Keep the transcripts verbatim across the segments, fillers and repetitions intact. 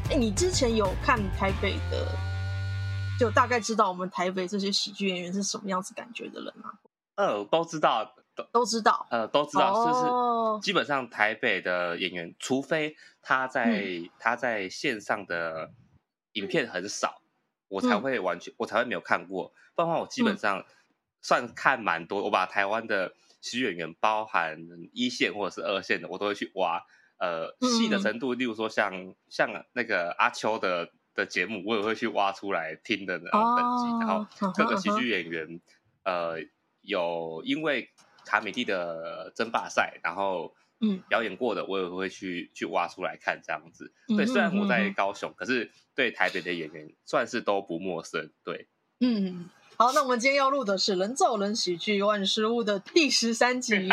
哎，你之前有看台北的，就大概知道我们台北这些喜剧演员是什么样子感觉的人吗？ 呃，都知道， 都都知道， 呃，都知道， 哦、 就是基本上台北的演员，除非他在、嗯、他在线上的影片很少，我才会完全、嗯、我才会没有看过，不然的话我基本上算看蛮多，我把台湾的喜剧演员，包含一线或者是二线的，我都会去挖。呃，细的程度，例如说像像那个阿秋的的节目，我也会去挖出来听的那种等级。 哦、 然后各个喜剧演员，呃，有因为卡米蒂的争霸赛，然后嗯表演过的，我也会去去挖出来看这样子。对，虽然我在高雄，可是对台北的演员算是都不陌生。对， 嗯。好，那我们今天要录的是人造人喜剧万事屋的第十三集。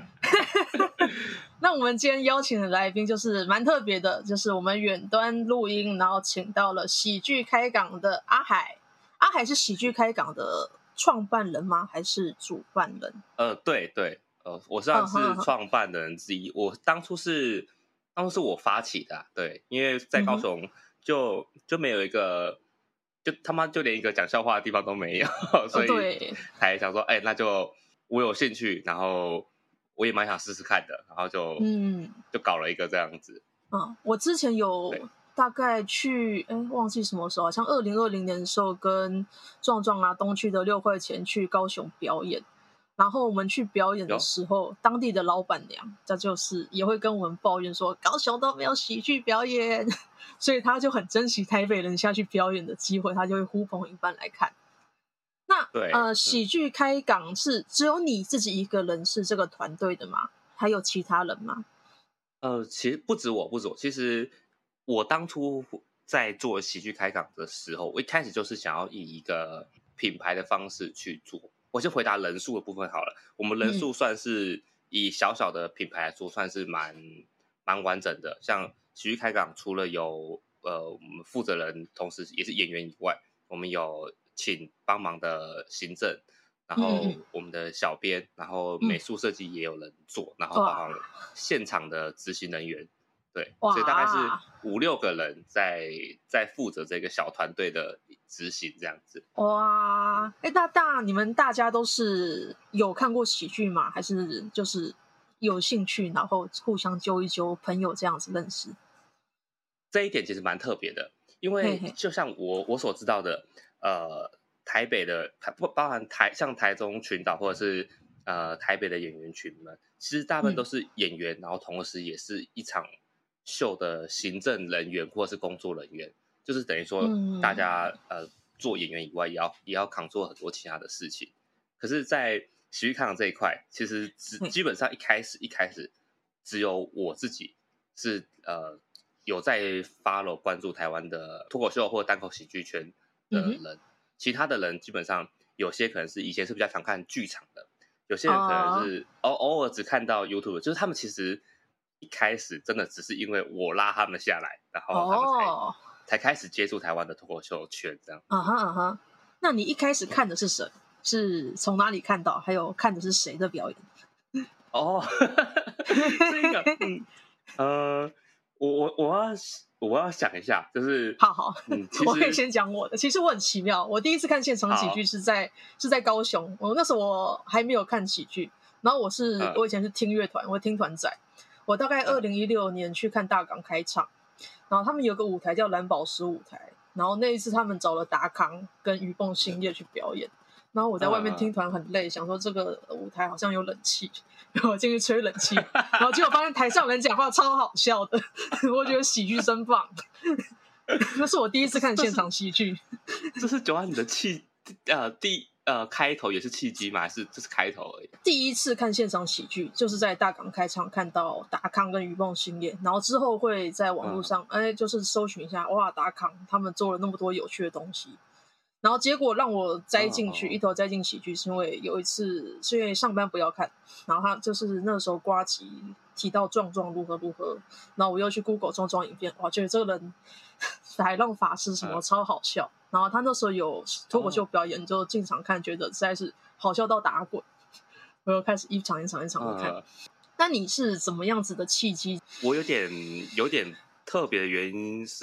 那我们今天邀请的来宾就是蛮特别的，就是我们远端录音，然后请到了喜剧开港的阿海。阿海是喜剧开港的创办人吗？还是主办人？ 呃，对对，呃，我算是创办的人之一。我当初是当初是我发起的、啊，对，因为在高雄就、嗯、就没有一个。就他妈就连一个讲笑话的地方都没有，所以才想说，哎、欸，那就我有兴趣，然后我也蛮想试试看的，然后就嗯，就搞了一个这样子。 嗯，我之前有大概去，哎，忘记什么时候，好像二零二零年的时候，跟壮壮啊东区的六块钱去高雄表演。然后我们去表演的时候，当地的老板娘，她就是也会跟我们抱怨说，高雄都没有喜剧表演，所以她就很珍惜台北人下去表演的机会，她就会呼朋引伴来看。那对， 呃，喜剧开港是只有你自己一个人是这个团队的吗？还有其他人吗？ 呃，其实不止我，不止我。其实我当初在做喜剧开港的时候，我一开始就是想要以一个品牌的方式去做。我先回答人数的部分好了，我们人数算是以小小的品牌来说，算是蛮蛮完整的。像喜剧开港，除了有呃我们负责人，同时也是演员以外，我们有请帮忙的行政，然后我们的小编，然后美术设计也有人做，然后包含现场的执行人员。对，所以大概是五六个人在在负责这个小团队的执行这样子。 哇，哎，那大你们大家都是有看过喜剧吗？还是就是有兴趣，然后互相揪一揪朋友这样子认识？ 这一点其实蛮特别的，因为就像我我所知道的，呃，台北的不包含台像台中群岛或者是呃台北的演员群们，其实大部分都是演员，嗯、然后同时也是一场秀的行政人员或者是工作人员，就是等于说大家、嗯、呃做演员以外，也要也要扛做很多其他的事情。可是，在喜剧开港这一块，其实只基本上一开始一开始只有我自己是呃有在 follow 关注台湾的脱口秀或单口喜剧圈的人、嗯，其他的人基本上有些可能是以前是比较常看剧场的，有些人可能是偶、哦、偶尔只看到 YouTube， 就是他们其实一开始真的只是因为我拉他们下来，然后他们才、哦、才开始接触台湾的脱口秀圈这样。 啊哈啊哈，那你一开始看的是谁？嗯、是从哪里看到？还有看的是谁的表演？ 哦，这个，嗯，呃，我我我要我要想一下，就是好好，嗯，我可以先讲我的。其实我很奇妙，我第一次看现场喜剧是在是在高雄，我那时候我还没有看喜剧，然后我是、嗯、我以前是听乐团，我听团仔，我大概二零一六年去看大港开唱，然后他们有个舞台叫蓝宝石舞台，然后那一次他们找了达康跟鱼蹦兴业去表演。然后我在外面听团很累，嗯、想说这个舞台好像有冷气，然后我进去吹冷气，然后结果发现台上人讲话超好笑的，我觉得喜剧真棒。那是我第一次看现场喜剧。 这是九安你的契呃第呃开头也是契机吗？还是这是开头而已？ 第一次看现场喜剧就是在大港开唱看到达康跟鱼蹦兴业，然后之后会在网络上哎、嗯、就是搜寻一下，哇，达康他们做了那么多有趣的东西。然后结果让我栽进去， oh. 一头栽进喜剧，是因为有一次是因为上班不要看，然后他就是那时候呱吉提到壮壮如何如何，然后我又去 Google 壮壮影片，哇，觉得这个人海浪法师什么超好笑， uh. 然后他那时候有脱口秀表演， oh. 就进场看，觉得实在是好笑到打滚，我又开始一场一场一场的看。Uh. 那你是怎么样子的契机？ 我有点有点特别的原因是，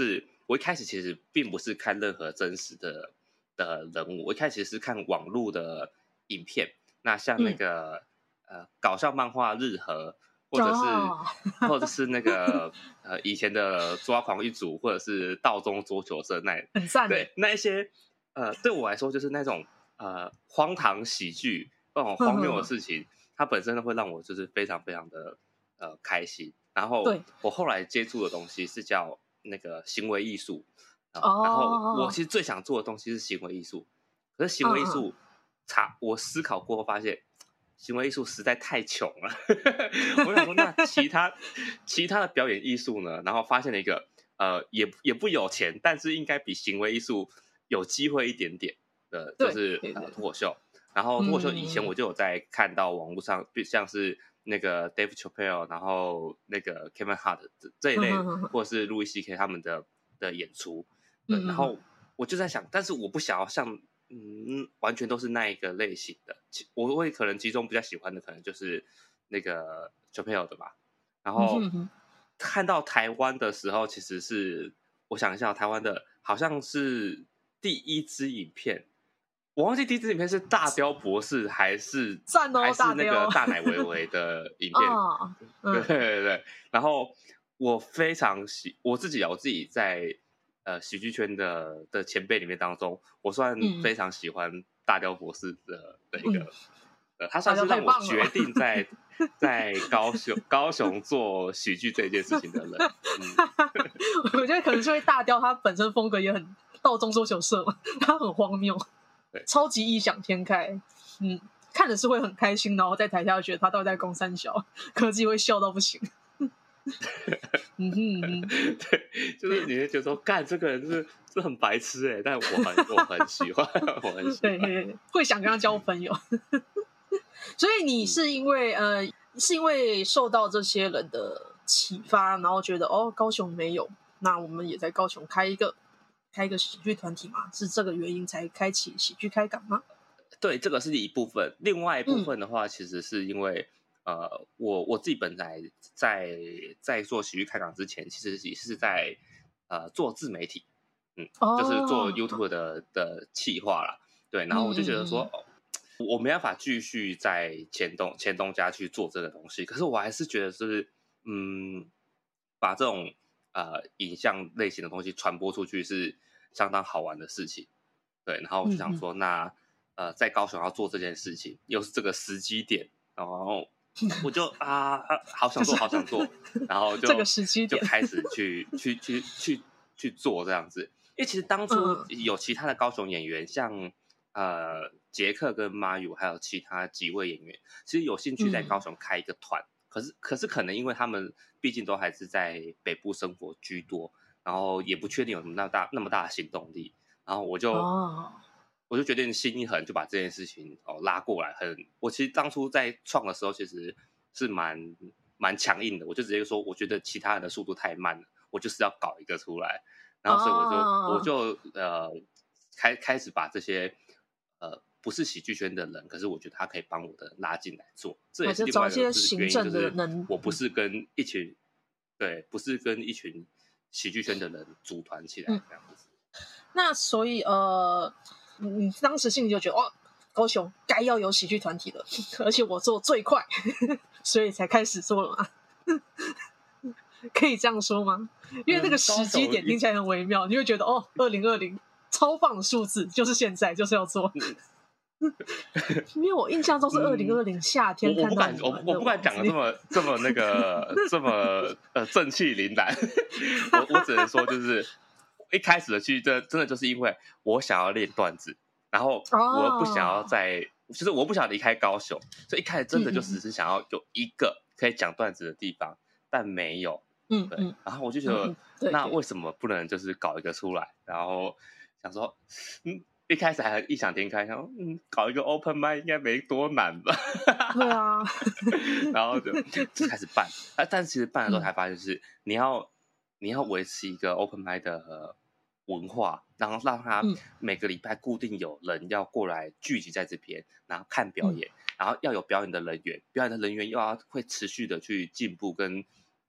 我一开始其实并不是看任何真实的的人物，我一开始是看网络的影片，那像那个、嗯、呃搞笑漫画日和，或者是、哦、或者是那个呃以前的抓狂一族，或者是道中桌球社那很赞， 对那一些呃对我来说就是那种呃荒唐喜剧那种荒谬的事情，它本身会让我就是非常非常的呃开心。然后我后来接触的东西是叫那个行为艺术。 哦， 然后我其实最想做的东西是行为艺术，可是行为艺术查我思考过后发现，行为艺术实在太穷了。我想说，那其他其他的表演艺术呢？然后发现了一个呃，也也不有钱，但是应该比行为艺术有机会一点点的，就是呃脱口秀。然后脱口秀以前我就有在看到网络上，像是那个 Dave Chappelle， 然后那个 Kevin Hart 这一类，或者是 Louis C K 他们的的演出。对，然后我就在想，但是我不想要像嗯完全都是那一个类型的，我会可能其中比较喜欢的可能就是那个 Chappelle 的吧。然后看到台湾的时候，其实是我想一下，台湾的好像是第一支影片，我忘记第一支影片是大雕博士还是赞哦， 还是那个大奶维维的影片。 哦嗯、对对对，然后我非常喜我自己啊，我自己在。呃，喜剧圈的的前辈里面当中，我算非常喜欢大雕博士的、嗯、的一个，呃，他算是让我决定在在高雄高雄做喜剧这件事情的人。嗯、 我觉得可能是因为大雕他本身风格也很道中桌球社嘛，他很荒谬，超级异想天开，嗯，看的是会很开心，然后在台下觉得他到底在攻三小，可自己会笑到不行。 嗯哼，对，就是你会觉得说，干这个人是是很白痴哎、欸，但我很我很喜欢，我很喜欢， 对，会想跟他交朋友。所以你是因为、嗯、呃，是因为受到这些人的启发，然后觉得哦，高雄没有，那我们也在高雄开一个开一个喜剧团体嘛？是这个原因才开启喜剧开港吗？ 对，这个是一部分。另外一部分的话，嗯、其实是因为。呃，我我自己本来在在做喜剧开港之前，其实也是在呃做自媒体，嗯，哦、就是做 YouTube 的的企划啦，对，然后我就觉得说，嗯、哦，我没办法继续在前东前东家去做这个东西，可是我还是觉得就是嗯，把这种呃影像类型的东西传播出去是相当好玩的事情，对，然后我就想说，嗯、那呃在高雄要做这件事情，又是这个时机点，然后。我就啊，好想做，好想做，然后就这个时机就开始去去去去去做这样子。因为其实当初有其他的高雄演员，嗯、像呃杰克跟马友，还有其他几位演员，其实有兴趣在高雄开一个团。嗯、可是可是可能因为他们毕竟都还是在北部生活居多，然后也不确定有那么大那么大的行动力，然后我就。哦我就决定心一横，就把这件事情哦拉过来。很，我其实当初在创的时候，其实是蛮蛮强硬的。我就直接说，我觉得其他人的速度太慢了，我就是要搞一个出来。然后所以我就、oh. 我就呃开开始把这些呃不是喜剧圈的人，可是我觉得他可以帮我的拉进来做。这也是另外一个原因，就是我不是跟一群对，不是跟一群喜剧圈的人组团起来这样子。 嗯、那所以呃。你当时心里就觉得哦，高雄该要有喜剧团体了，而且我做最快，所以才开始做了嘛。可以这样说吗？因为那个时机点听起来很微妙，你会觉得哦，二零二零超棒的数字，就是现在就是要做。因为我印象中是二零二零夏天看到你、 嗯、我不敢，我我不敢讲的这么这么那个这么呃正气凛然。我我只能说就是。一开始的去这真的就是因为我想要练段子，然后我又不想要在， oh. 就是我不想离开高雄，所以一开始真的就只是想要有一个可以讲段子的地方，嗯、但没有，嗯，对，嗯、然后我就觉得，嗯、那为什么不能就是搞一个出来？然后想说，嗯，一开始还异想天开，想说，嗯，搞一个 open mic 应该没多难吧？ 对啊， 然后就就开始办，啊，但其实办的时候才发现，就是你要你要维持一个 open mic 的文化，然后让他每个礼拜固定有人要过来聚集在这边，然后看表演，嗯、然后要有表演的人员，表演的人员又要会持续的去进步跟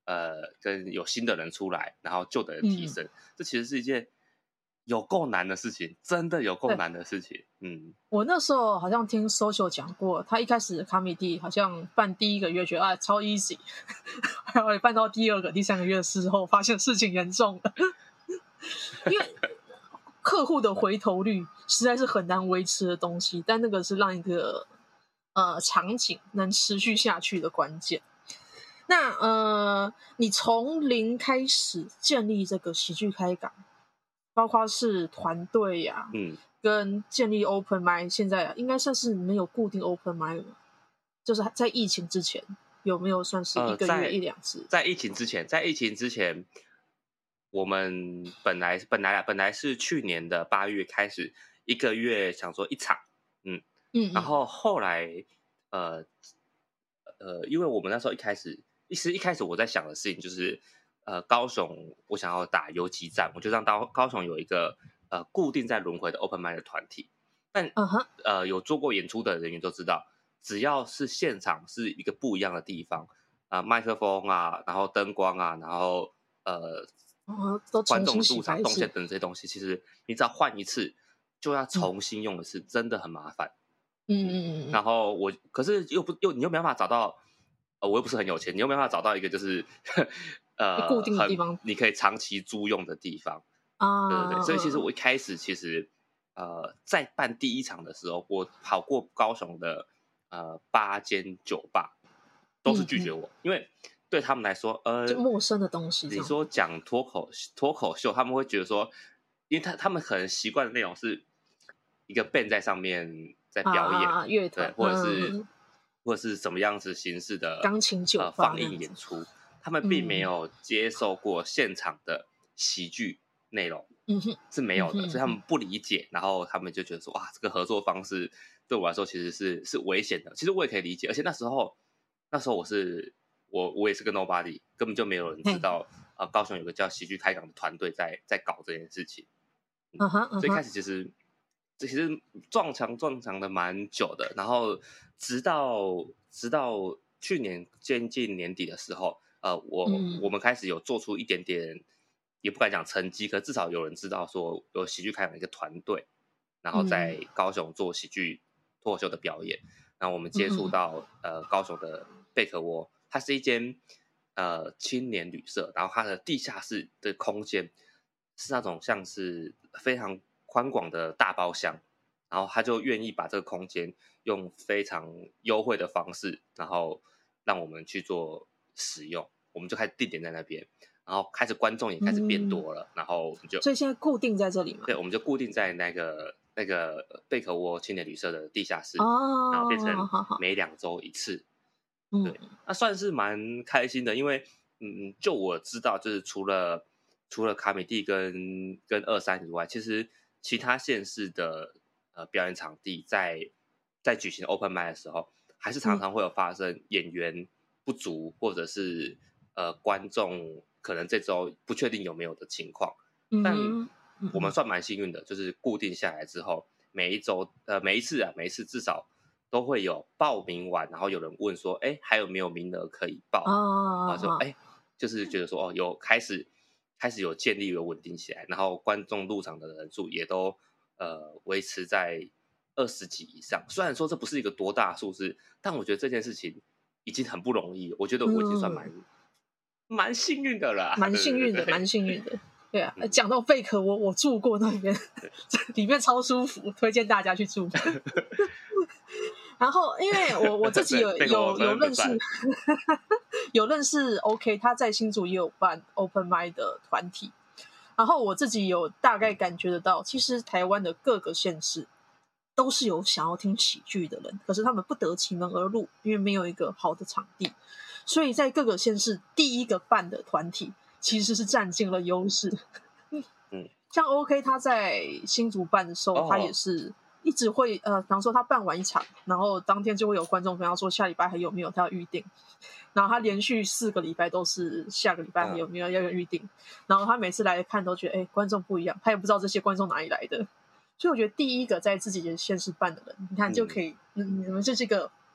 呃跟有新的人出来，然后旧的人提升，嗯、这其实是一件有够难的事情，真的有够难的事情。嗯， 我那时候好像听 Social 讲过，他一开始卡米蒂好像办第一个月觉得啊超 easy， 然后办到第二个、第三个月的时候，发现事情严重了，因为客户的回头率实在是很难维持的东西，但那个是让一个呃场景能持续下去的关键。那呃，你从零开始建立这个喜剧开港，包括是团队呀、啊， 嗯， 跟建立 open mic， 现在、啊、应该算是没有固定 open mic 了，就是在疫情之前有没有算是一个月一两次、呃在？在疫情之前，在疫情之前，我们本来本来本来是去年的八月开始，一个月想说一场，嗯嗯，然后后来呃呃，因为我们那时候一开始。其实一开始我在想的事情就是，呃，高雄我想要打游击战，我就让高高雄有一个呃固定在轮回的 open mic 的团体。但、uh-huh. 呃有做过演出的人员都知道，只要是现场是一个不一样的地方啊、呃，麦克风啊，然后灯光啊，然后呃、 uh-huh. 都观众入场动线等这些东西，其实你只要换一次，就要重新用一次，嗯、真的很麻烦。 嗯嗯嗯。 然后我可是又不又你又没办法找到。呃，我又不是很有钱，你又没办法找到一个就是呃固定的地方， 你可以长期租用的地方啊。 对对对，所以其实我一开始其实呃在办第一场的时候，我跑过高雄的呃八间酒吧，都是拒绝我，嗯嗯因为对他们来说，呃， 就陌生的东西。 你说讲脱口脱口秀，他们会觉得说，因为他他们可能习惯的内容是一个 band 在上面在表演， 啊、乐团， 对，或者是。嗯或者是什么样子形式的钢琴酒吧、 呃、放映演出，他们并没有接受过现场的喜剧内容， 嗯哼， 是没有的，嗯、所以他们不理解，然后他们就觉得说，哇，这个合作方式对我来说其实是是危险的。其实我也可以理解，而且那时候那时候我是我我也是个 nobody， 根本就没有人知道，呃，高雄有个叫喜剧开港的团队在在搞这件事情， 嗯哼， 所以开始其实。其实撞墙撞墙的蛮久的，然后直到直到去年接近年底的时候，呃，我、嗯、我们开始有做出一点点，也不敢讲成绩，可至少有人知道说有喜剧开港一个团队，然后在高雄做喜剧脱口秀的表演，然后我们接触到、嗯、呃高雄的贝壳窝，它是一间呃青年旅社，然后它的地下室的空间是那种像是非常。宽广的大包厢，然后他就愿意把这个空间用非常优惠的方式，然后让我们去做使用，我们就开始定点在那边，然后开始观众也开始变多了，嗯、然后我们就所以现在固定在这里嘛？ 对，我们就固定在那个那个贝壳窝青年旅社的地下室，哦、然后变成每两周一次， 嗯， 对，那算是蛮开心的，因为嗯，就我知道，就是除了除了卡米蒂跟跟二三以外，其实。其他县市的呃表演场地在在举行 open mic 的时候，还是常常会有发生演员不足，嗯、或者是呃观众可能这周不确定有没有的情况。嗯、但我们算蛮幸运的，就是固定下来之后，每一周呃每一次啊每一次至少都会有报名完，然后有人问说，哎，还有没有名额可以报？ 啊， 然后说哎，就是觉得说哦有开始。开始有建立有稳定起来，然后观众入场的人数也都呃维持在二十几以上。虽然说这不是一个多大的数字，但我觉得这件事情已经很不容易。我觉得我已经算蛮蛮、嗯、幸运的了， 蛮幸运的，蛮幸运的。对啊，嗯、讲到贝壳窝，我住过那边，里面超舒服，推荐大家去住。然后，因为我我自己有有有认识，有认识 OK， 他在新竹也有办 Open Mic 的团体。然后我自己有大概感觉得到，其实台湾的各个县市都是有想要听喜剧的人，可是他们不得其门而入，因为没有一个好的场地。所以在各个县市第一个办的团体其实是占尽了优势。嗯，像 OK 他在新竹办的时候，哦、他也是。一直会呃，比方说他办完一场，然后当天就会有观众跟他说下礼拜还有没有他要预定，然后他连续四个礼拜都是下个礼拜还有没有要有预定，嗯、然后他每次来看都觉得哎观众不一样，他也不知道这些观众哪里来的，所以我觉得第一个在自己的县市办的人，你看就可以，嗯，你们这是一个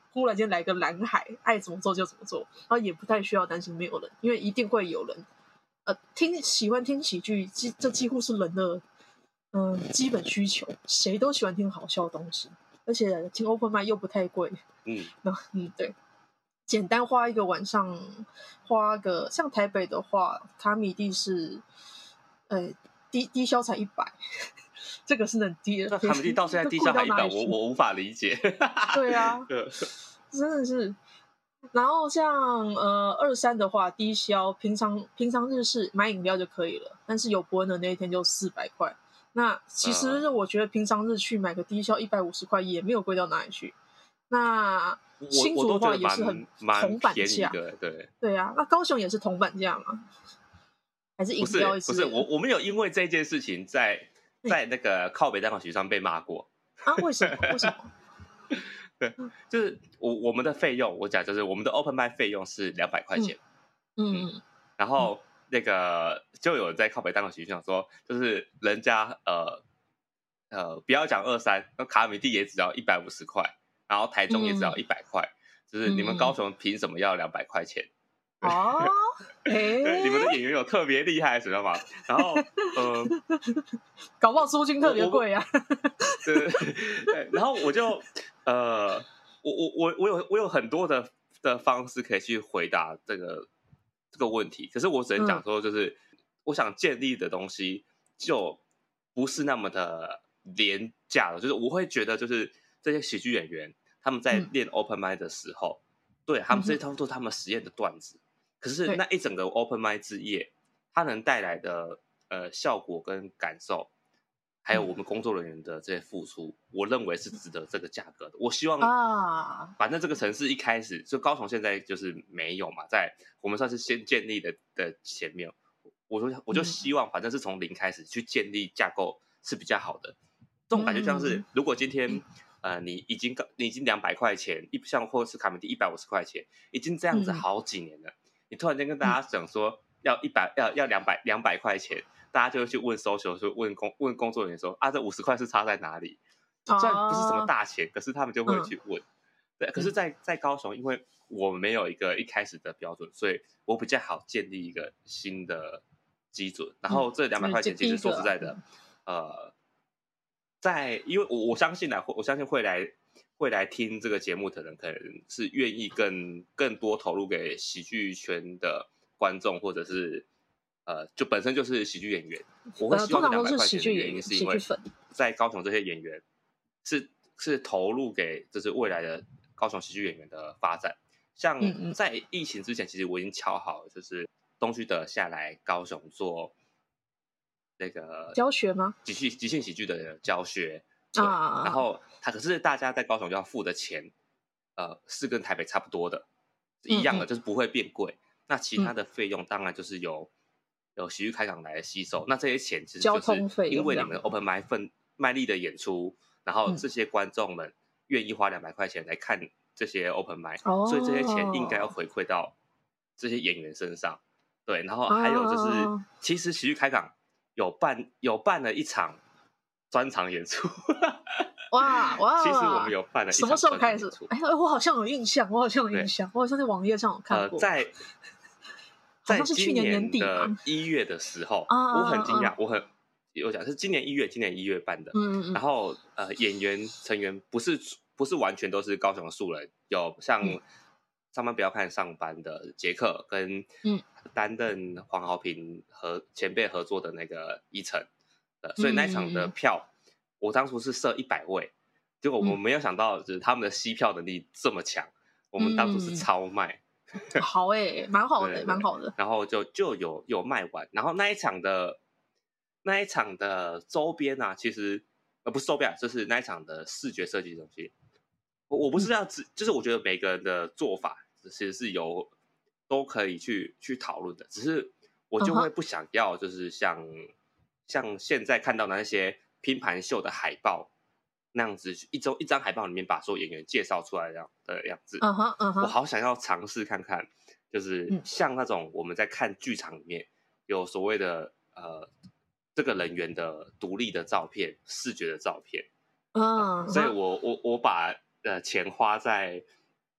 忽然间来个蓝海，爱怎么做就怎么做，然后也不太需要担心没有人，因为一定会有人。呃，听喜欢听喜剧，这几乎是人的嗯、呃、基本需求，谁都喜欢听好笑的东西，而且听 open mic 又不太贵， 嗯， 那嗯对，简单花一个晚上，花个像台北的话，卡米蒂是呃低低消才一百，这个是很低的。 那卡米蒂到现在低消还一百，我我无法理解。 对啊，真的是。然后像呃二三的话，低消平常平常日是买饮料就可以了，但是有伯恩的那一天就四百块。那其实我觉得平常日去买个低消一百五十块也没有贵到哪里去。那新竹的话也是很铜板价， 对对啊。那高雄也是铜板价吗？还是饮料一不是不是我我们有因为这件事情在在那个靠北单口局上被骂过啊？为什么？为什么？ 对，就是我我们的费用，我讲就是我们的 open mic 费用是两百块钱， 嗯，嗯然后那个就有人在靠北单口喜剧上说，就是人家呃呃不要讲二三，那卡米蒂也只要一百五十块，然后台中也只要一百块，就是你们高雄凭什么要两百块钱？ 哦， 对，你们的演员有特别厉害，知道吗？然后呃， 搞不好租金特别贵啊。 对对，然后我就呃，我我我我有我有很多的的方式可以去回答这个这个问题，可是我只能讲说，就是、嗯、我想建立的东西就不是那么的廉价了，就是我会觉得，就是这些喜剧演员他们在练 open mic 的时候，嗯、对他们这些都是他们实验的段子。可是那一整个 open mic 之夜，它能带来的呃效果跟感受，还有我们工作人员的这些付出，嗯、我认为是值得这个价格的。我希望啊，反正这个城市一开始就高雄现在就是没有嘛，在我们算是先建立的的前面，我说我就希望反正是从零开始去建立架构是比较好的。这种感觉像是，如果今天、嗯、呃你已经你已经两百块钱，一像或者是卡米蒂一百五十块钱，已经这样子好几年了。嗯你突然间跟大家讲说要一百要要两百两百块钱，大家就会去问 social 说问工问工作人员说啊这五十块是差在哪里？虽然不是什么大钱，可是他们就会去问。嗯、对，可是在，在在高雄，因为我没有一个一开始的标准，所以我比较好建立一个新的基准。然后这两百块钱，其实说实在的，嗯、呃，在因为我我相信啊，我相信会来。会来听这个节目的人，可能是愿意更更多投入给喜剧圈的观众，或者是呃，就本身就是喜剧演员。我会希望这两百块钱的原因，是因为在高雄这些演员是是投入给就是未来的高雄喜剧演员的发展。像在疫情之前，其实我已经敲好了，就是东区德下来高雄做那个教学吗？ 即兴即兴喜剧的教学。对，啊、然后他可是大家在高雄要付的钱，呃，是跟台北差不多的，是一样的，嗯嗯就是不会变贵。那其他的费用当然就是由、嗯、由喜剧开港来吸收。那这些钱其实就是因为你们 open mic 份卖力的演出，然后这些观众们愿意花两百块钱来看这些 open mic，、哦、所以这些钱应该要回馈到这些演员身上。对，然后还有就是，哦、其实喜剧开港有办有办了一场。专场演出， 哇哇！ 其实我们有办了一场专场演出。什么时候开始？哎，我好像有印象，我好像有印象，我好像在网页上有看过。 呃、在好像是去年年底的一月的时候，啊、我很惊讶，啊、我很我讲是今年一月，今年一月办的。嗯嗯。然后呃，演员成员不是不是完全都是高雄的素人，有像上班不要看上班的杰克跟嗯担任黄豪平和前辈合作的那个依晨。所以那一场的票，嗯、我当初是设一百位，结果我们没有想到，就是他们的吸票能力这么强，嗯、我们当初是超卖， 嗯、好哎、欸，蛮好的，蛮好的。 然后就就有有卖完，然后那一场的那一场的周边啊，其实呃不是周边，就是那一场的视觉设计的东西，我我不是要只，嗯、就是我觉得每个人的做法其实是有都可以去去讨论的，只是我就会不想要，就是像。Uh-huh. 像现在看到的那些拼盘秀的海报那样子，一周一张海报里面把所有演员介绍出来的样子， uh-huh, uh-huh. 我好想要尝试看看，就是像那种我们在看剧场里面有所谓的呃这个人员的独立的照片、视觉的照片，uh-huh. 所以我我我把呃钱花在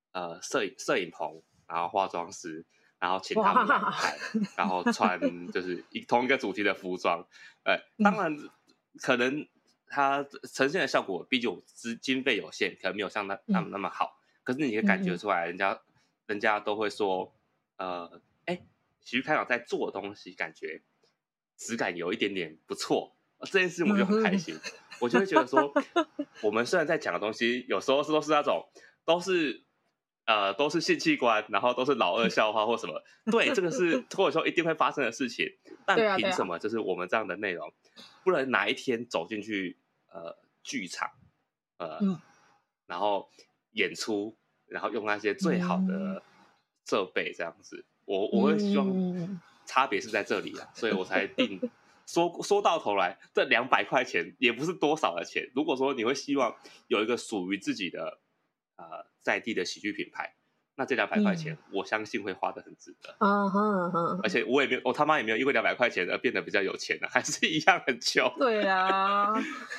呃摄影摄影棚，然后化妆师，然后请他们来拍，然后穿就是一同一个主题的服装。呃，当然可能它呈现的效果，毕竟我资经费有限，可能没有像那他们那么好。可是你可以感觉出来，人家人家都会说，呃，哎，喜剧开场在做的东西，感觉质感有一点点不错。这件事情我就很开心，嗯、我就会觉得说，我们虽然在讲的东西，有时候是都是那种都是呃都是性器官，然后都是老二笑话或什么，对，这个是脱口秀一定会发生的事情，但凭什么就是我们这样的内容，不能哪一天走进去呃剧场，呃，嗯、然后演出，然后用那些最好的设备这样子，我我会希望差别是在这里啊，所以我才定。说说到头来，这两百块钱也不是多少的钱。如果说你会希望有一个属于自己的呃在地的喜剧品牌，那这两百块钱，我相信会花得很值得。嗯哼哼，而且我也没有，我他妈也没有因为两百块钱而变得比较有钱的，还是一样很穷。 对啊，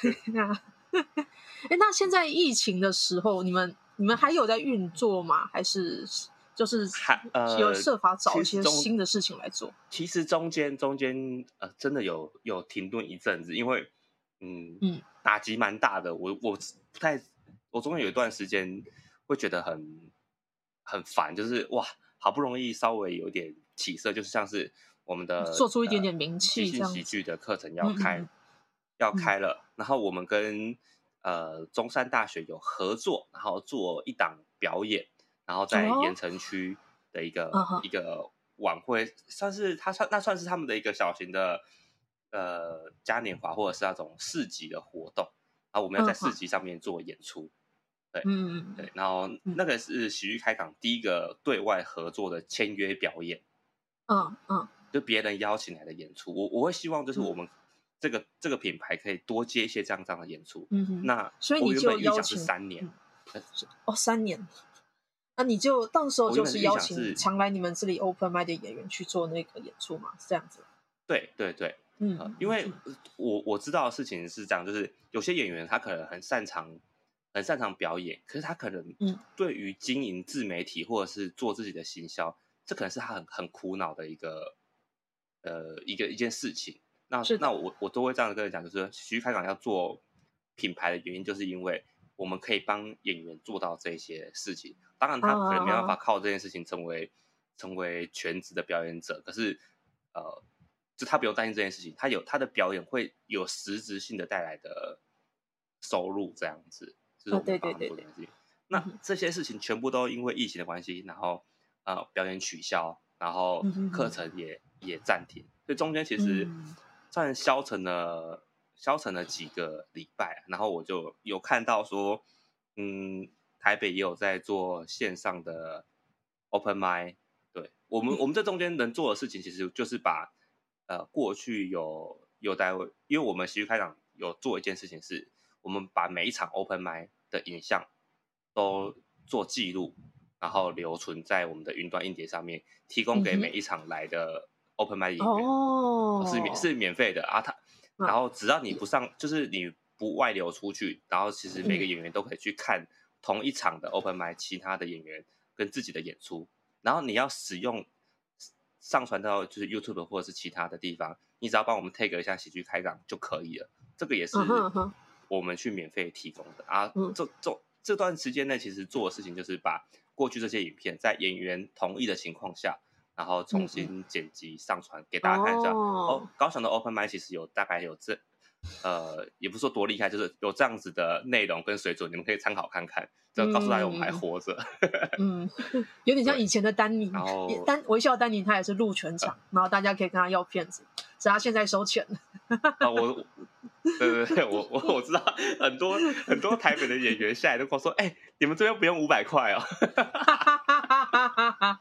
哎，那现在疫情的时候，你们你们还有在运作吗？还是？就是有设法找一些新的事情来做。 呃、其实中间中间呃真的有有停顿一阵子，因为嗯嗯打击蛮大的。我我不太，我中间有一段时间会觉得很很烦，就是哇，好不容易稍微有点起色，就是像是我们的做出一点点名气， 即兴喜剧的课程要开、嗯、要开了，然后我们跟呃中山大学有合作，然后做一档表演。然后在盐城区的一个、哦、一个晚会，算是他算那算是他们的一个小型的呃嘉年华或者是那种市集的活动，然后我们要在市集上面做演出，哦、对，嗯对，然后那个是喜剧开港第一个对外合作的签约表演，嗯嗯，就别人邀请来的演出，我我会希望就是我们这个、嗯、这个品牌可以多接一些这样这样的演出，嗯哼，那所以你就邀请是三年， 嗯、哦三年。那你就到时候就是邀请常来你们这里 open mic 的演员去做那个演出嘛，是这样子？ 对对对，嗯、呃，因为我我知道的事情是这样，就是有些演员他可能很擅长很擅长表演，可是他可能对于经营自媒体或者是做自己的行销，这可能是他很很苦恼的一个呃一个一件事情。那那我我都会这样跟人讲，就是喜剧开港要做品牌的原因，就是因为我们可以帮演员做到这些事情。当然，他可能没办法靠这件事情成为、oh. 成为全职的表演者，可是，呃，就他不用担心这件事情，他有他的表演会有实质性的带来的收入，这样子，就是我们帮他们做这件事情。那这些事情全部都因为疫情的关系，然后呃表演取消，然后课程也、mm-hmm. 也暂停，所以中间其实算消沉了消沉了几个礼拜，然后我就有看到说，嗯。台北也有在做线上的 open mic， 对我们我们这中间能做的事情，其实就是把呃过去有有单位，因为我们喜剧开港有做一件事情是，我们把每一场 open mic 的影像都做记录，然后留存在我们的云端硬碟上面，提供给每一场来的 open mic 演员，哦、是免是免费的啊，他然后只要你不上，就是你不外流出去，然后其实每个演员都可以去看。同一场的 open mic 其他的演员跟自己的演出，然后你要使用上传到就是 YouTube 或者是其他的地方，你只要帮我们 tag 一下喜剧开港就可以了。这个也是我们去免费提供的、uh-huh. 啊。这这这段时间内，其实做的事情就是把过去这些影片在演员同意的情况下，然后重新剪辑上传给大家看一下。哦、oh. ，高雄的 open mic 其实有大概有这。呃，也不是说多厉害，就是有这样子的内容跟水准，你们可以参考看看。就告诉大家我们还活着。 嗯，有点像以前的丹尼，丹微笑丹尼他也是录全场、呃，然后大家可以跟他要片子，只是他现在收钱了。 啊，我，对对对，我我我知道很多很多台北的演员下来都跟我说，哎、欸，你们这边不用五百块哦。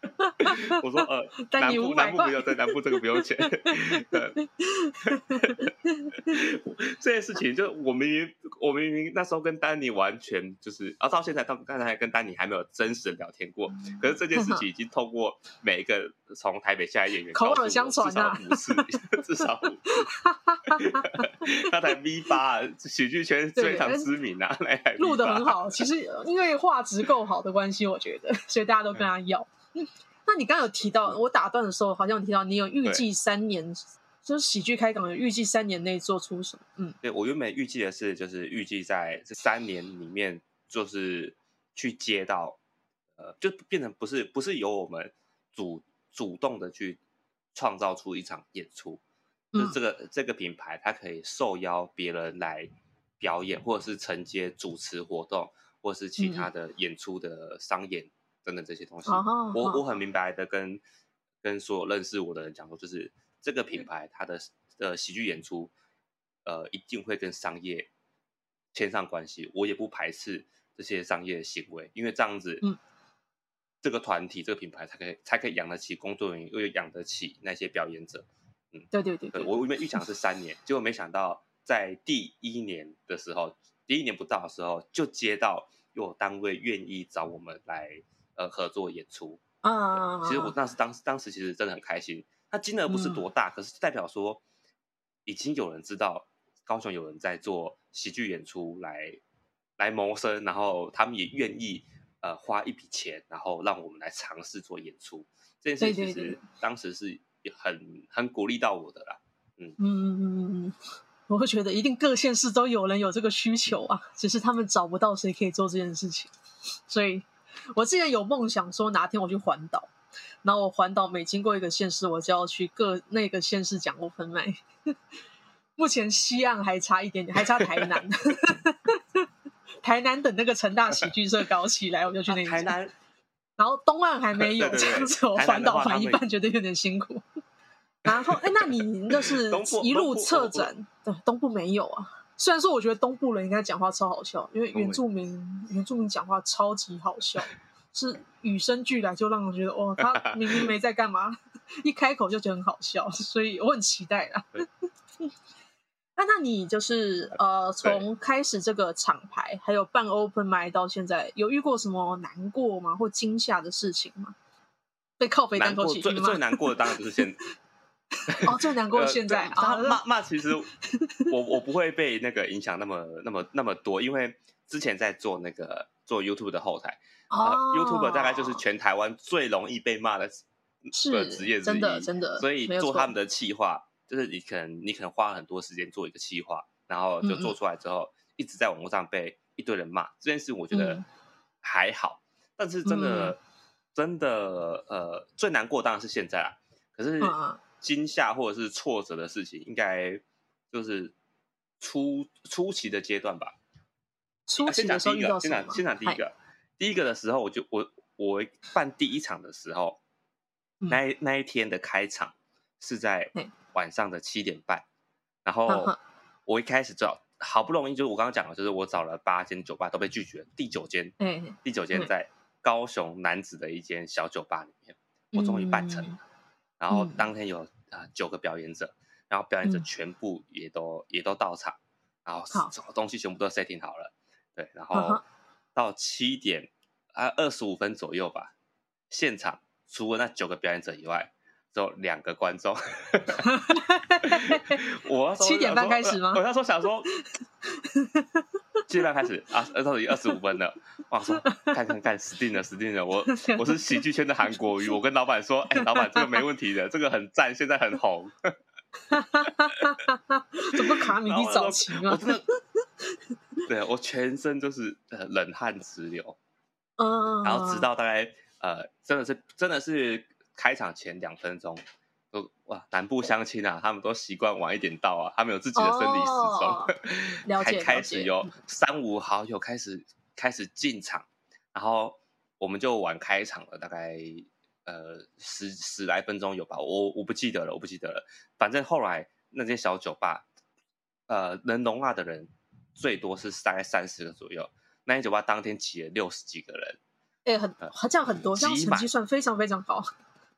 我说呃，南部南部不用，在南部这个不用钱。这件事情就我明明我明明那时候跟丹尼完全就是，啊，到现在到刚才跟丹尼还没有真实的聊天过，可是这件事情已经透过每一个从台北下来演员口耳相传啊， 至少五次，至少五次。他才 V 八，喜剧圈非常知名啊， 录得很好。其实因为画质够好的关系，我觉得，所以大家都跟他要。嗯，那你刚刚有提到，我打断的时候好像有提到，你有预计三年，就是喜剧开港有预计三年内做出什么？嗯， 对，我原本预计的是，就是预计在这三年里面，就是去接到，呃，就变成不是不是由我们主主动的去创造出一场演出。就是这个、嗯、这个品牌，它可以受邀别人来表演，或者是承接主持活动，或者是其他的演出的商演等等这些东西。嗯、我我很明白的跟跟所有认识我的人讲说，就是这个品牌它的呃喜剧演出，呃一定会跟商业牵上关系。我也不排斥这些商业的行为，因为这样子，嗯、这个团体这个品牌才可以才可以养得起工作人员，又养得起那些表演者。 嗯，对对 对, 对, 对， 我原本预想是三年，结果没想到在第一年的时候，第一年不到的时候，就接到有单位愿意找我们来呃合作演出啊。其实我当时当时当时其实真的很开心，它金额不是多大，嗯、可是代表说已经有人知道高雄有人在做喜剧演出来来谋生，然后他们也愿意呃花一笔钱，然后让我们来尝试做演出。这件事其实当时是很很鼓励到我的啦。嗯嗯嗯，我会觉得一定各县市都有人有这个需求啊，只是他们找不到谁可以做这件事情。所以我之前有梦想说哪天我去环岛，然后我环岛每经过一个县市，我就要去各那个县市讲open麦。目前西岸还差一点点，还差台南。台南等那个成大喜剧社搞起来，我就去那里讲。 台南， 然后东岸还没有，对对对，这样子我环岛环一半，觉得有点辛苦。然后，哎，那你就是一路策展，对，东部没有啊。虽然说我觉得东部人应该讲话超好笑，因为原住民原住民讲话超级好笑，是与生俱来就让人觉得哦，他明明没在干嘛，一开口就觉得很好笑，所以我很期待啦。那那你就是呃，从开始这个厂牌，还有办 open mic 到现在，有遇过什么难过吗，或惊吓的事情吗？被靠北单口喜剧吗？ 最最难过的当然就是现哦，最难过的现在啊， 骂骂其实我我不会被那个影响那么那么那么多，因为之前在做那个做 YouTube 的后台，哦呃、YouTube 大概就是全台湾最容易被骂的的职业之一， 真的真的， 所以做他们的企划。就是你可能你可能花很多时间做一个企划，然后就做出来之后，嗯嗯一直在网络上被一堆人骂。这件事我觉得还好，嗯、但是真的、嗯、真的呃最难过当然是现在啦。可是惊吓或者是挫折的事情，应该就是初初期的阶段吧。 初期的时候遇到什么？ 先讲先讲第一个，第一个的时候，我就我我办第一场的时候，嗯、那那一天的开场是在晚上的七点半，然后我一开始找好不容易，就是我刚刚讲的，就是我找了八间酒吧都被拒绝了，第九间，嗯、第九间在高雄楠梓的一间小酒吧里面，嗯、我终于办成了。然后当天有啊九、呃、个表演者，然后表演者全部也都、嗯、也都到场，然后东西全部都 setting 好了，对，然后到七点啊二十五分左右吧，现场除了那九个表演者以外，只有两个观众。我七点半开始吗？ 我那时候想说，七点半开始啊，到底二十五分了。我说看看看，死定了，死定了！我我是喜剧圈的韩国瑜，我跟老板说，哎、欸，老板这个没问题的，这个很赞，现在很红。 怎么卡米蒂早期吗？ 我真的，对我全身就是呃冷汗直流。嗯，然后直到大概呃，真的是真的是开场前两分钟。哇，南部乡亲啊，他们都习惯晚一点到啊，他们有自己的生理时钟， 哦、了解， 还开始有三五好友开始开始进场，然后我们就晚开场了，大概呃十十来分钟有吧，我我不记得了，我不记得了，反正后来那间小酒吧，呃，能容纳的人最多是大概三十个左右，那间酒吧当天挤了六十几个人， 哎、欸，很、呃、这样很多，这样成绩算非常非常好。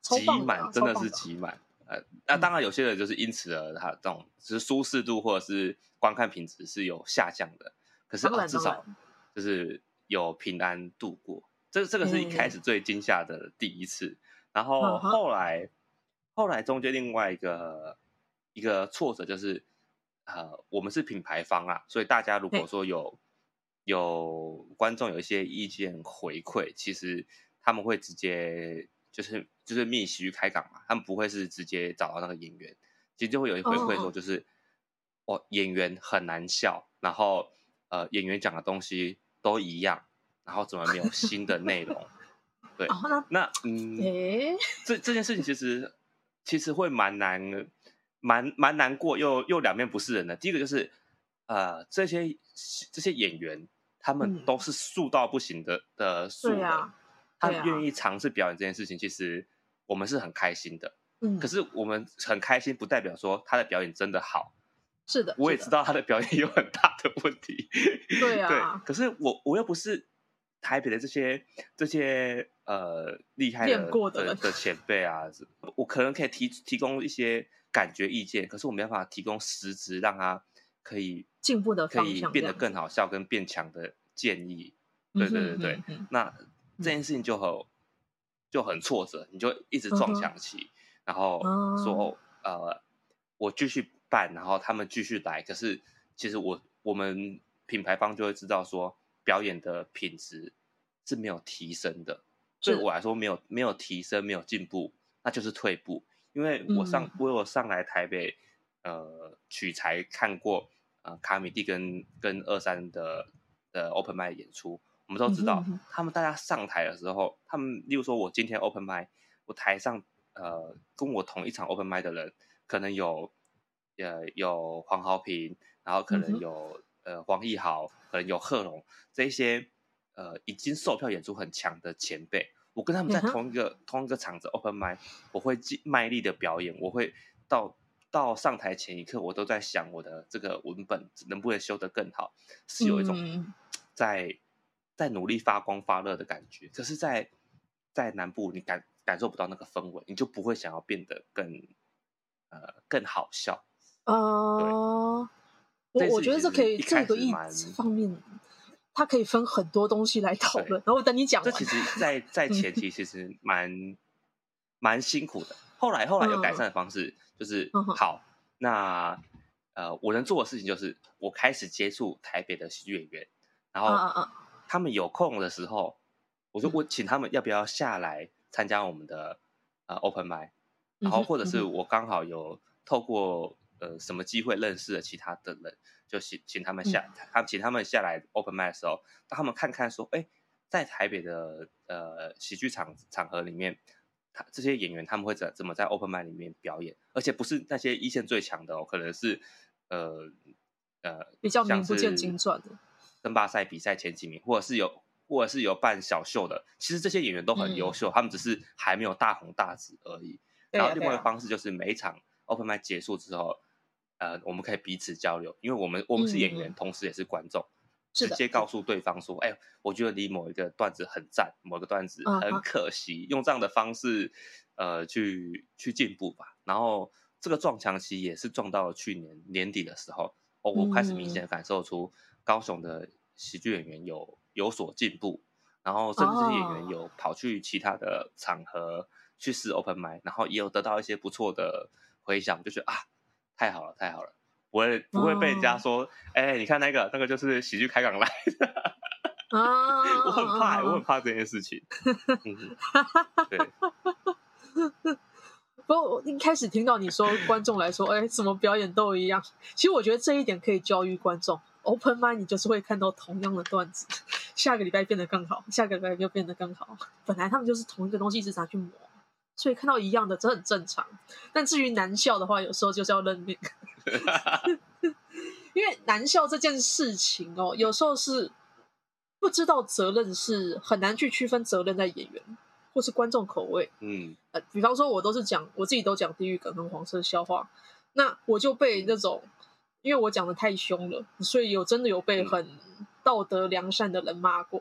挤满，真的是挤满。呃，那当然有些人就是因此而他这种就是舒适度或者是观看品质是有下降的，可是、哦、至少就是有平安度过。这这个是一开始最惊吓的第一次，然后后来、嗯、后来中间另外一个一个挫折就是，呃，我们是品牌方啊，所以大家如果说有有观众有一些意见回馈，其实他们会直接就是就是密喜剧开港嘛，他们不会是直接找到那个演员，其实就会有一回馈说就是，哦, 哦演员很难笑，然后呃演员讲的东西都一样，然后怎么没有新的内容？对，哦、那, 那嗯，欸、这这件事情其实其实会蛮难，蛮蛮难过，又又两面不是人的。第一个就是呃这些这些演员他们都是素到不行的、嗯、的素人。啊他愿意尝试表演这件事情，其实我们是很开心的。嗯，可是我们很开心，不代表说他的表演真的好。 是的， 我也知道他的表演有很大的问题。 对啊， 对，可是我我又不是台北的这些这些呃厉害的的, 的前辈啊，我可能可以提提供一些感觉意见，可是我没办法提供实质让他可以进步的方向， 可以变得更好笑跟变强的建议。对对对对，嗯、哼哼那。这件事情就很就很挫折，你就一直撞墙期， uh-huh. 然后说、uh-huh. 呃，我继续办，然后他们继续来，可是其实我我们品牌方就会知道说，表演的品质是没有提升的，对我来说没有没有提升，没有进步，那就是退步。因为我上、嗯、我有上来台北呃取材看过呃卡米蒂跟跟二三的的 open mic 演出。我们都知道，他们大家上台的时候，他们例如说，我今天 open mic， 我台上呃跟我同一场 open mic 的人，可能有呃有黄豪平，然后可能有、嗯、呃黄义豪，可能有贺龙，这一些呃已经售票演出很强的前辈，我跟他们在同一个、嗯、同一个场子 open mic， 我会卖力的表演，我会到到上台前一刻，我都在想我的这个文本能不能修得更好，是有一种在。在努力发光发热的感觉，可是在，在南部你感感受不到那个氛围，你就不会想要变得更呃更好笑。 呃，我我觉得这可以这个一方面，它可以分很多东西来讨论。然后等你讲完， 这其实在在前期其实蛮蛮辛苦的。后来后来有改善的方式，嗯、就是、嗯、好，那呃我能做的事情就是我开始接触台北的喜剧演员，然后。嗯嗯他们有空的时候，我说我请他们要不要下来参加我们的、呃、open mic， 然后或者是我刚好有透过呃什么机会认识了其他的人，就请请他们下，他、嗯、请他们下来 open mic 的时候，让他们看看说，哎，在台北的呃喜剧场场合里面，他这些演员他们会怎怎么在 open mic 里面表演，而且不是那些一线最强的哦，可能是呃呃比较名不见经传的。 争霸赛比赛前几名，或者是有，或者是有办小秀的，其实这些演员都很优秀、嗯，他们只是还没有大红大紫而已。然后另外一个方式就是每一场 open mic 结束之后，呃，我们可以彼此交流，因为我们我们是演员，嗯、同时也是观众，直接告诉对方说，哎、欸，我觉得你某一个段子很赞，某个段子很可惜，嗯、用这样的方式，呃，去去进步吧。然后这个撞墙期也是撞到了去年年底的时候，哦，我开始明显感受出。高雄的喜剧演员有有所进步，然后甚至这些演员有跑去其他的场合去试 open mic， 然后也有得到一些不错的回响，就觉得啊，太好了，太好了，不会不会被人家说，哎、欸，你看那个那个就是喜剧开港来的，啊，我很怕，我很怕这件事情。嗯，对。 不过我一开始听到你说观众来说，哎，怎么表演都一样，其实我觉得这一点可以教育观众。Open mic 你就是会看到同样的段子，下个礼拜变得更好，下个礼拜又变得更好。本来他们就是同一个东西一直拿去磨，所以看到一样的这很正常。但至于难笑的话，有时候就是要认命，因为难笑这件事情哦，有时候是不知道责任，是很难去区分责任在演员或是观众口味。嗯，呃，比方说我都是讲我自己都讲地狱梗跟黄色笑话，那我就被那种。因为我讲的太凶了，所以有真的有被很道德良善的人骂过。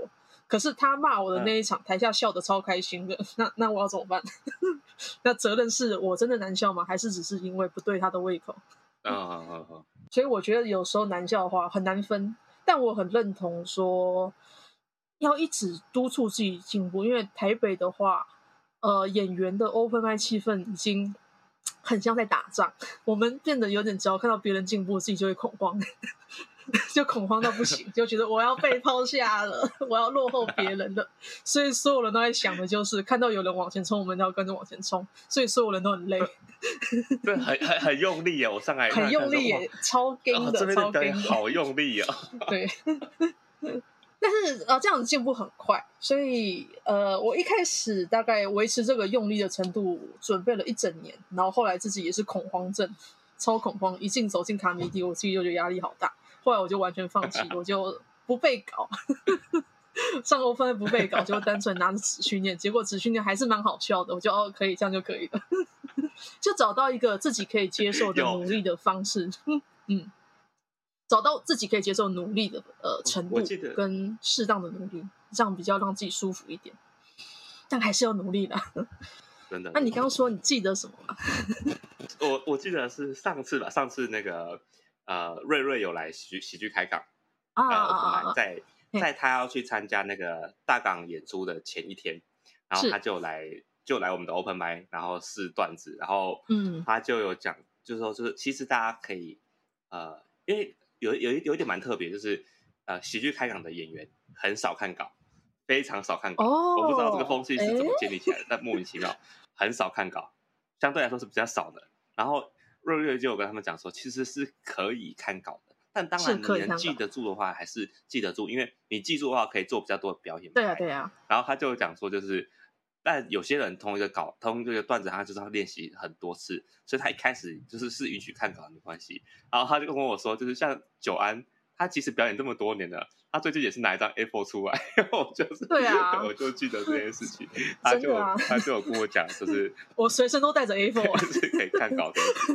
可是他骂我的那一场，嗯、台下笑得超开心的，那那我要怎么办？那责任是我真的难笑吗？还是只是因为不对他的胃口？ 啊啊啊！ 所以我觉得有时候难笑的话很难分，但我很认同说要一直督促自己进步，因为台北的话，呃，演员的 open mic 气氛已经很像在打仗，我们变得有点只要看到别人进步，自己就会恐慌。就恐慌到不行，就觉得我要被抛下了，我要落后别人了，所以所有人都在想的就是看到有人往前冲，我们要跟着往前冲，所以所有人都很累。 对，很很很用力耶！我上来很用力耶，超硬的， 哦、这边超的好用力啊！ 对，但是啊，这样子进步很快，所以呃，我一开始大概维持这个用力的程度，准备了一整年，然后后来自己也是恐慌症，超恐慌，一进走进卡米蒂，我自己就觉得压力好大。后来我就完全放弃，我就不背稿，上欧分不背稿，就单纯拿着纸训练，结果纸训练还是蛮好笑的，我就哦可以这样就可以了，就找到一个自己可以接受的努力的方式，嗯，找到自己可以接受努力的呃程度跟适当的努力，这样比较让自己舒服一点，但还是要努力的。 真的？ 那、啊、你刚刚说你记得什么吗？ 我我记得是上次吧，上次那个。呃，瑞瑞有来喜剧喜剧开港啊，呃，在在他要去参加那个大港演出的前一天，然后他就来就来我们的 open mic， 然后试段子，然后嗯，他就有讲，就是说，就是其实大家可以呃，因为有有一有一点蛮特别，就是呃，喜剧开港的演员很少看稿，非常少看稿，哦、我不知道这个风气是怎么建立起来的，但莫名其妙很少看稿，相对来说是比较少的，然后。瑞瑞就有跟他们讲说，其实是可以看稿的，但当然你能记得住的话，还是记得住，因为你记住的话可以做比较多的表演。 对啊，对啊。 然后他就讲说，就是但有些人同一个稿，同一个段子，他就是要练习很多次，所以他一开始就是是允许看稿的没关系。然后他就跟我说，就是像久安，他其实表演这么多年了，他最近也是拿一张 A 四 出来，我就是对啊， 我就记得这件事情，他就、啊、他就有跟我讲，就是我随身都带着 A 四， 是可以看稿的。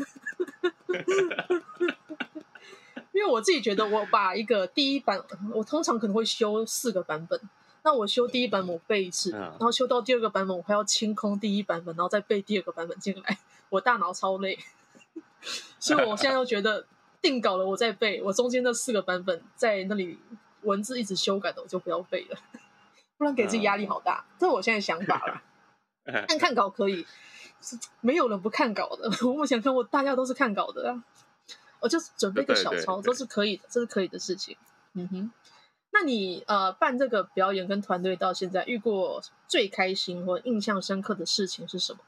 因为我自己觉得，我把一个第一版，我通常可能会修四个版本。那我修第一版本我背一次，嗯、然后修到第二个版本，我还要清空第一版本，然后再背第二个版本进来，我大脑超累。所以我现在又觉得定稿了，我再背，我中间那四个版本在那里文字一直修改的，我就不要背了，不然给自己压力好大。嗯、这是我现在想法啦。但看稿可以。没有人不看稿的，我目前看过大家都是看稿的啊。我就准备个小抄，都是可以的，这是可以的事情。嗯哼，那你呃办这个表演跟团队到现在，遇过最开心或印象深刻的事情是什么？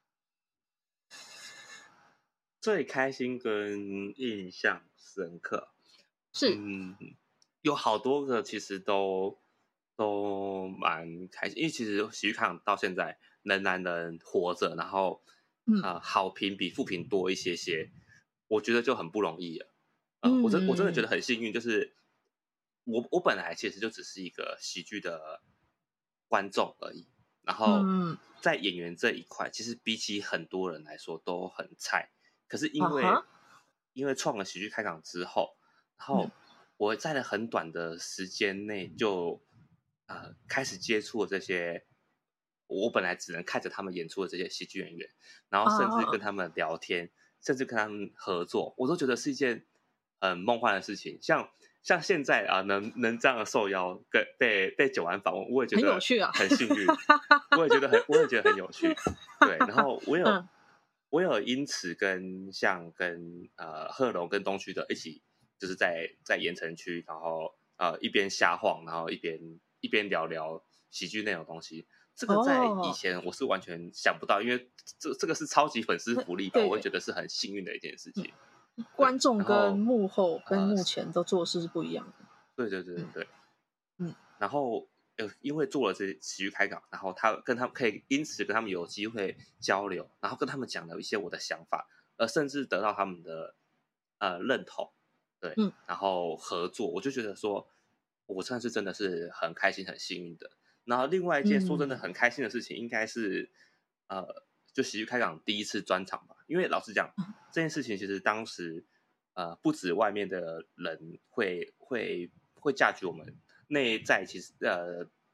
最开心跟印象深刻是， 嗯，有好多个，其实都都蛮开心，因为其实喜剧开港到现在仍然能活着，然后、嗯呃、好评比负评多一些些，我觉得就很不容易了。呃、嗯，我真我真的觉得很幸运，就是我我本来其实就只是一个喜剧的观众而已，然后在演员这一块，其实比起很多人来说都很菜。可是因为、uh-huh. 因为创了喜剧开港之后，然后我在了很短的时间内就呃开始接触了这些我本来只能看着他们演出的这些喜剧演员，然后甚至跟他们聊天， uh-huh. 甚至跟他们合作，我都觉得是一件很梦幻的事情。像像现在啊，能能这样受邀跟被被久安访问，我也觉得很有趣啊，很幸运。我也觉得很我也觉得很有趣。对，然后我有。嗯我有因此跟像跟呃贺龙跟东区的一起，就是在在盐城区，然后呃一边瞎晃，然后一边一边聊聊喜剧内容东西。这个在以前我是完全想不到，因为这这个是超级粉丝福利吧，我会觉得是很幸运的一件事情。 观众跟幕后跟幕前的做事是不一样的。 对对对对对，嗯，然后。呃，因为做了这喜剧开港，然后他跟他们可以因此跟他们有机会交流，然后跟他们讲了一些我的想法，呃，甚至得到他们的呃认同，对，嗯，然后合作，我就觉得说，我算是真的是很开心、很幸运的。然后另外一件说真的很开心的事情，应该是、嗯、呃，就喜剧开港第一次专场吧，因为老实讲，这件事情其实当时呃不止外面的人会会会judge我们。内在其实呃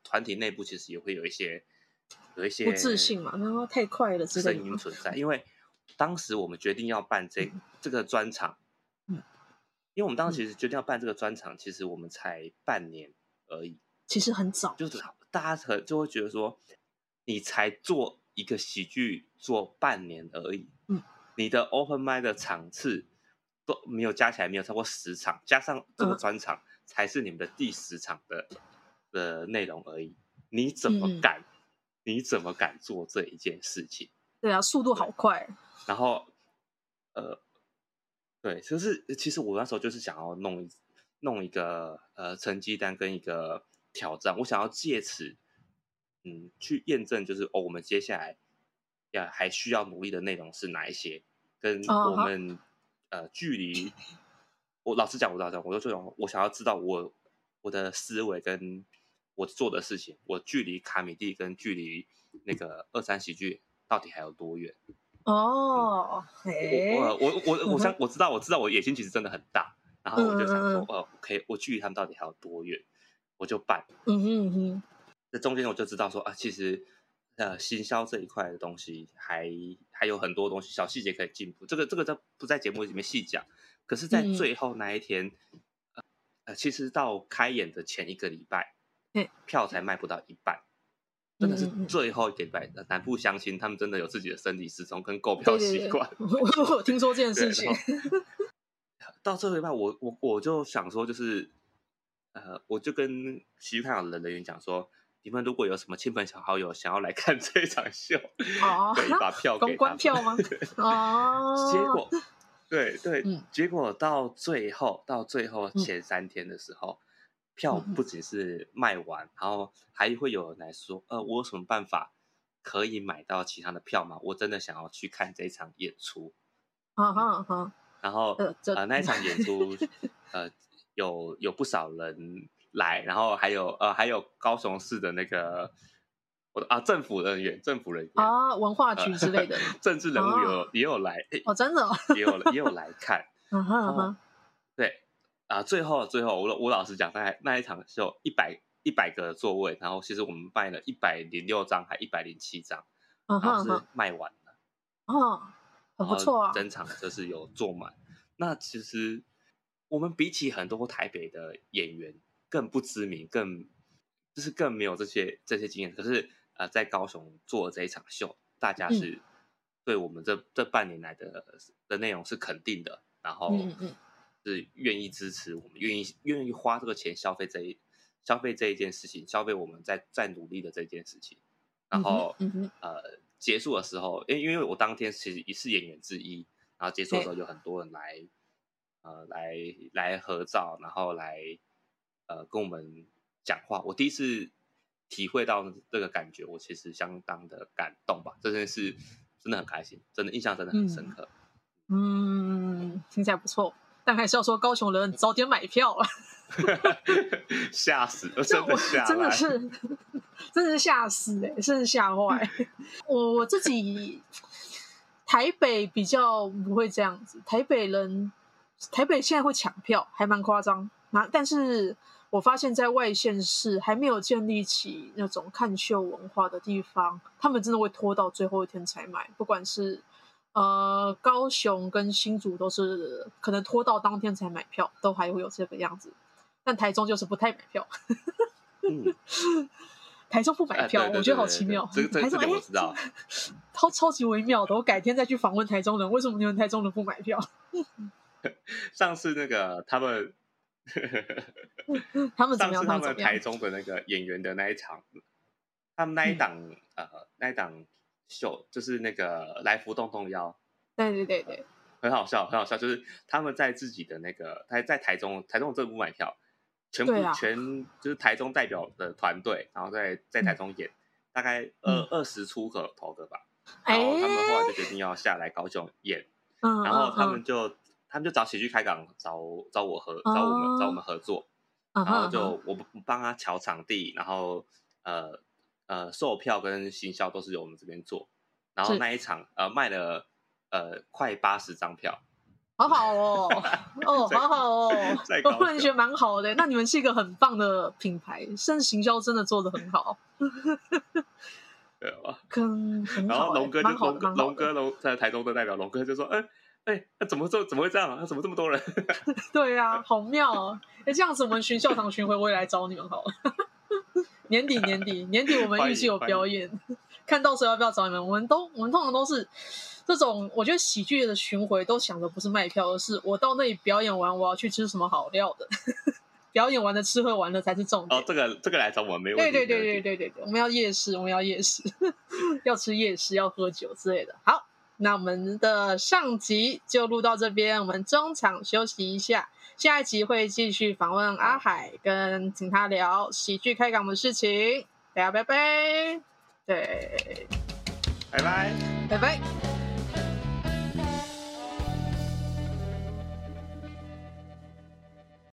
团体内部其实也会有一些有一些不自信嘛，然后太快了之类的声音存在，因为当时我们决定要办这、嗯、这个专场， 嗯， 因为我们当时其实决定要办这个专场，嗯、其实我们才半年而已， 其实很早， 就是大家就会觉得说，你才做一个喜剧做半年而已， 嗯， 你的 open mic 的场次都没有加起来没有超过十场，加上这个专场、嗯、才是你们的第十场的的内容而已，你怎么敢？嗯你怎么敢做这一件事情？ 对啊，速度好快。 然后，呃，对，就是其实我那时候就是想要弄弄一个呃成绩单跟一个挑战，我想要借此，嗯，去验证，就是哦，我们接下来要还需要努力的内容是哪一些，跟我们、uh-huh. 呃距离，我老实讲，我老实讲，我就这种，我想要知道我我的思维跟我做的事情，我距离卡米蒂跟距离那个二三喜剧到底还有多远？ 哦， 嗯、我我我我想我知道我知道我野心其实真的很大，然后我就想说，哦、呃，可以，我距离他们到底还有多远，我就办。 嗯哼嗯哼， 这中间我就知道说啊，其实呃行销这一块的东西还还有很多东西小细节可以进步，这个这个在不在节目里面细讲，可是，在最后那一天，嗯、呃，其实到开演的前一个礼拜，票才卖不到一半。真的是最后一个礼拜，南部乡亲他们真的有自己的生理时钟跟购票习惯。 我有听说这件事情。 到最后一半，我我我就想说，就是呃，我就跟喜剧看场的人员讲说，你们如果有什么亲朋好友想要来看这场秀， 哦、 可以把票给他们。 公关票吗？哦。 结果，对对、嗯，结果到最后，到最后前三天的时候。嗯，票不仅是卖完，嗯、然后还会有人来说，呃，我有什么办法可以买到其他的票吗？我真的想要去看这一场演出。 啊哈哈。 然后呃呃那一场演出，呃有有不少人来，然后还有呃还有高雄市的那个我啊政府人员，政府人员啊文化局之类的、呃、 政治人物有、啊、也有来哦，真的、哦、 也有也有来看。 嗯哼嗯哼， 对。啊，最后最后，我我老实讲，那那一场秀一百一百个座位，然后其实我们卖了一百零六张，还一百零七张，然后是卖完了， 哦，很不错啊， 整场就是有坐满。那其实我们比起很多台北的演员更不知名，更就是更没有这些这些经验。可是呃，在高雄做这一场秀，大家是对我们这、嗯、这半年来的的内容是肯定的，然后嗯嗯。是愿意支持我们，愿意愿意花这个钱消费这一消费这一件事情，消费我们在在努力的这件事情。然后、嗯嗯、呃结束的时候，因为因为我当天其实也是演员之一，然后结束的时候有很多人来呃来来合照，然后来呃跟我们讲话。我第一次体会到这个感觉，我其实相当的感动吧。这件事真的很开心，真的印象真的很深刻。 嗯，嗯听起来不错。但还是要说高雄人早点买票了， 吓死了，真的吓， 真的是，真的是吓死哎、欸，真是吓坏。我我自己台北比较不会这样子，台北人台北现在会抢票，还蛮夸张。但是我发现在外县市还没有建立起那种看秀文化的地方，他们真的会拖到最后一天才买，不管是。呃，高雄跟新竹都是可能拖到当天才买票，都还会有这个样子。但台中就是不太买票。嗯，台中不买票， 呃、 我觉得好奇妙。 这个这个我知道， 超超级微妙的。我改天再去访问台中人，为什么你们台中人不买票？ 上次那个他们， 他们怎么样？ 上次他们台中的那个演员的那一场，他们那一档、嗯、呃那一档。秀就是那个来福动动腰， 对对对对， 很好笑，很好笑。就是他们在自己的那个，他在台中，台中真的不买票，全部、啊、全就是台中代表的团队，然后在在台中演，嗯、大概二二十出口头的吧。然后他们后来就决定要下来高雄演，嗯、然后他们就、嗯、他们就找喜剧开港找找我合、嗯、找我们找我们合作，嗯、然后就我帮他瞧场地，然后呃。呃，售票跟行销都是由我们这边做，然后那一场呃卖了呃快八十张票， 好好哦，哦，好好哦，我忽然觉得蛮好的。那你们是一个很棒的品牌，甚至行销真的做得很好。 对吧？ 跟很好、欸， 然后龙哥就龙哥龙哥龙在台中的代表龙哥就说，哎、欸、哎、欸，怎么这怎么会这样啊？怎么这么多人？ 对啊，好妙啊！哎、欸，这样子我们巡校堂巡回，我也来找你们好了。年底年底年底我们预计有表演，看到时候要不要找你们？我们都我们通常都是这种，我觉得喜剧的巡回都想的不是卖票，而是我到那里表演完，我要去吃什么好料的。表演完的吃喝玩乐才是重点。 哦，这个这个来找我们没问题。 对对对对对对对，我们要夜市，我们要夜市，要吃夜市，要喝酒之类的。好，那我们的上集就录到这边，我们中场休息一下，下一集会继续访问阿海，跟请他聊喜剧开港的事情。大家拜拜。对， 拜拜， 拜拜。